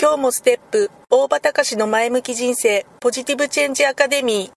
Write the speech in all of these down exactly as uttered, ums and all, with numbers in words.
今日もステップ大場隆の前向き人生ポジティブチェンジアカデミー。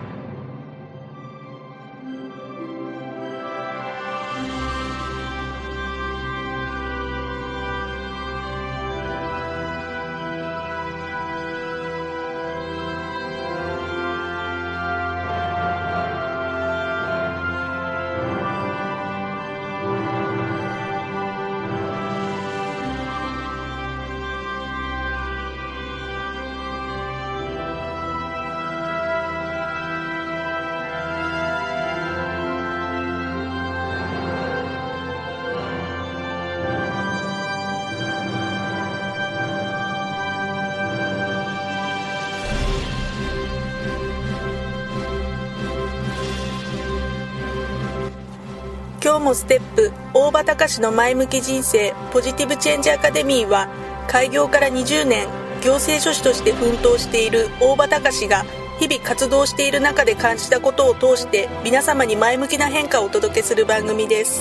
今日もステップ大場隆の前向き人生ポジティブチェンジアカデミーは、開業からにじゅうねん行政書士として奮闘している大場隆が日々活動している中で感じたことを通して皆様に前向きな変化をお届けする番組です。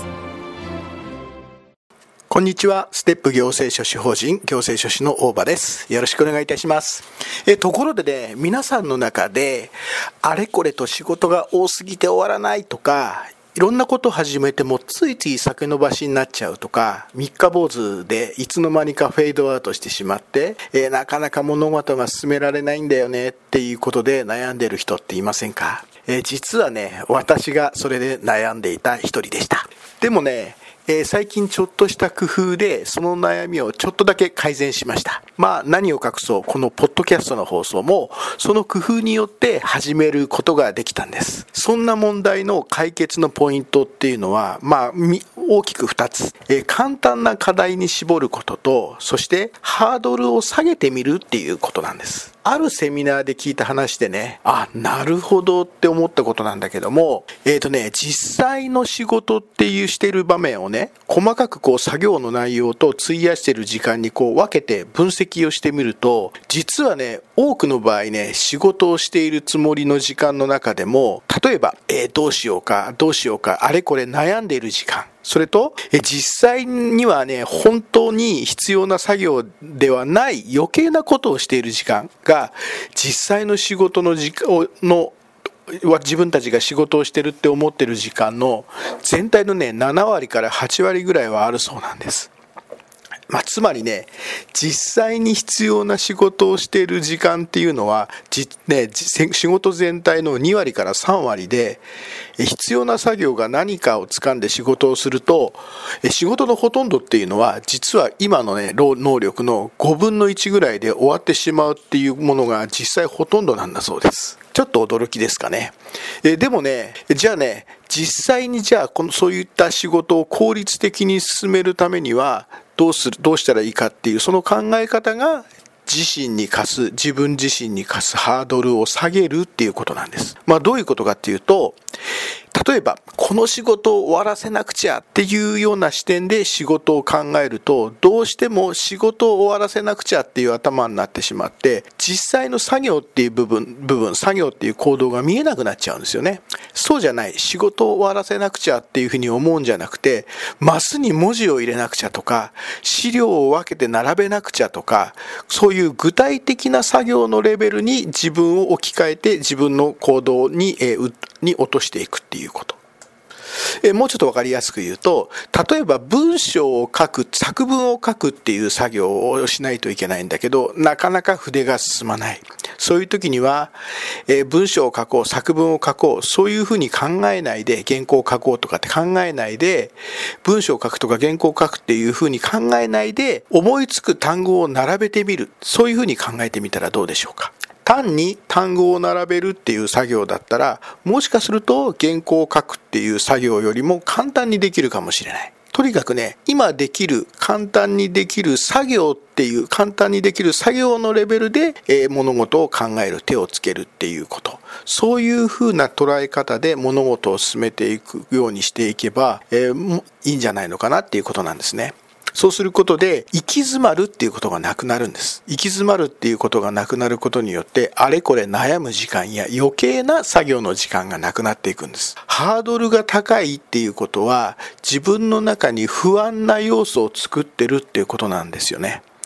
こんにちは。ステップ行政書士法人行政書士の大場です。よろしくお願いいたします。えところでね、皆さんの中であれこれと仕事が多すぎて終わらないとか、いろんなことを始めてもついつい先延ばしになっちゃうとか、三日坊主でいつの間にかフェードアウトしてしまって、えー、なかなか物事が進められないんだよねっていうことで悩んでる人っていませんか？えー、実はね、私がそれで悩んでいた一人でした。でもね、えー、最近ちょっとした工夫でその悩みをちょっとだけ改善しました。まあ何を隠そう、このポッドキャストの放送もその工夫によって始めることができたんです。そんな問題の解決のポイントっていうのは、まあ大きくふたつ、えー、簡単な課題に絞ることと、そしてハードルを下げてみるっていうことなんです。あるセミナーで聞いた話でね、あ、なるほどって思ったことなんだけども、えっとね、実際の仕事っていうしている場面をね、細かくこう作業の内容と費やしている時間にこう分けて分析をしてみると、実はね、多くの場合ね、仕事をしているつもりの時間の中でも、例えば、えー、どうしようか、どうしようか、あれこれ悩んでいる時間、それとえ実際にはね、本当に必要な作業ではない余計なことをしている時間が、実際の仕事の時間の自分たちが仕事をしてるって思ってる時間の全体のね、ななわりからはちわりぐらいはあるそうなんです。まあ、つまりね、実際に必要な仕事をしている時間っていうのはじ、ね、仕事全体のにわりからさんわりで、必要な作業が何かを掴んで仕事をすると、仕事のほとんどっていうのは実は今のね、能力のごぶんのいちぐらいで終わってしまうっていうものが実際ほとんどなんだそうです。ちょっと驚きですかね。えでもね、じゃあね、実際にじゃあこのそういった仕事を効率的に進めるためにはどうする、どうしたらいいかっていう、その考え方が自身に課す、自分自身に課すハードルを下げるっていうことなんです。まあどういうことかっていうと、例えばこの仕事を終わらせなくちゃっていうような視点で仕事を考えると、どうしても仕事を終わらせなくちゃっていう頭になってしまって、実際の作業っていう部分、部分、作業っていう行動が見えなくなっちゃうんですよね。そうじゃない、仕事を終わらせなくちゃっていうふうに思うんじゃなくて、マスに文字を入れなくちゃとか、資料を分けて並べなくちゃとか、そういう具体的な作業のレベルに自分を置き換えて自分の行動に、えー、に落としていくっていうこと。えもうちょっと分かりやすく言うと、例えば文章を書く、作文を書くっていう作業をしないといけないんだけど、なかなか筆が進まない。そういう時には、えー、文章を書こう、作文を書こう、そういうふうに考えないで、原稿を書こうとかって考えないで、文章を書くとか原稿を書くっていうふうに考えないで、思いつく単語を並べてみる。そういうふうに考えてみたらどうでしょうか。単に単語を並べるっていう作業だったら、もしかすると原稿を書くっていう作業よりも簡単にできるかもしれない。とにかくね、今できる、簡単にできる作業っていう、簡単にできる作業のレベルで、えー、物事を考える、手をつけるっていうこと。そういうふうな捉え方で物事を進めていくようにしていけば、えー、いいんじゃないのかなっていうことなんですね。そうすることで行き詰まるっていうことがなくなるんです。行き詰まるっていうことがなくなることによって、あれこれ悩む時間や余計な作業の時間がなくなっていくんです。ハードルが高いっていうことは、自分の中に不安な要素を作ってるっていうことなんですよね。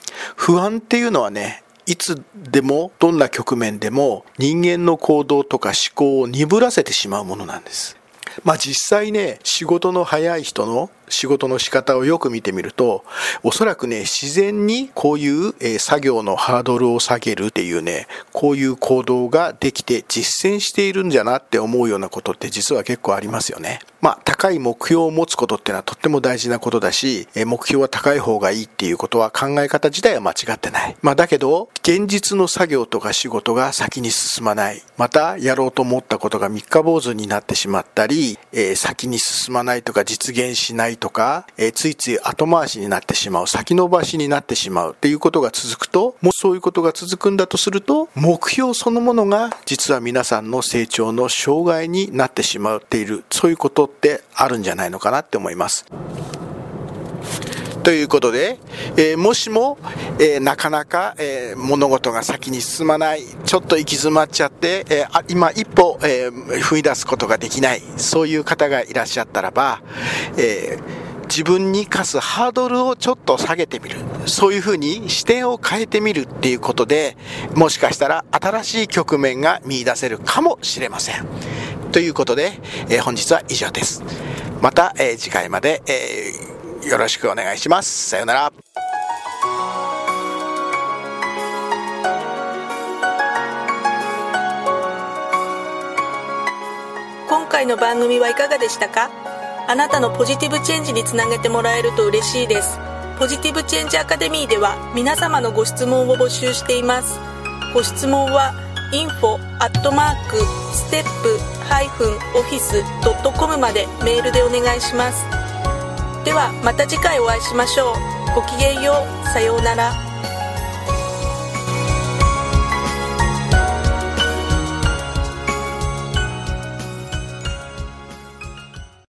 不安っていうのはね、いつでもどんな局面でも人間の行動とか思考を鈍らせてしまうものなんです。まあ実際ね、仕事の早い人の仕事の仕方をよく見てみると、おそらくね、自然にこういう、えー、作業のハードルを下げるっていうね、こういう行動ができて実践しているんじゃなって思うようなことって実は結構ありますよね。まあ高い目標を持つことっていうのはとっても大事なことだし、えー、目標は高い方がいいっていうことは考え方自体は間違ってない。まあだけど、現実の作業とか仕事が先に進まない。またやろうと思ったことが三日坊主になってしまったり、えー、先に進まないとか実現しないとか、えー、ついつい後回しになってしまう、先延ばしになってしまうっていうことが続くと、もしそういうことが続くんだとすると、目標そのものが実は皆さんの成長の障害になってしまっている、そういうことってあるんじゃないのかなって思います。ということで、えー、もしも、えー、なかなか、えー、物事が先に進まない、ちょっと行き詰まっちゃって、えー、今一歩、えー、踏み出すことができない、そういう方がいらっしゃったらば、えー自分に課すハードルをちょっと下げてみる、そういうふうに視点を変えてみるっていうことで、もしかしたら新しい局面が見出せるかもしれません。ということで、えー、本日は以上です。また、えー、次回まで、えー、よろしくお願いします。さようなら。 今回の番組はいかがでしたか？あなたのポジティブチェンジにつなげてもらえると嬉しいです。ポジティブチェンジアカデミーでは皆様のご質問を募集しています。ご質問は インフォ アットマーク ステップ ハイフン オフィス ドット コム までメールでお願いします。ではまた次回お会いしましょう。ごきげんよう。さようなら。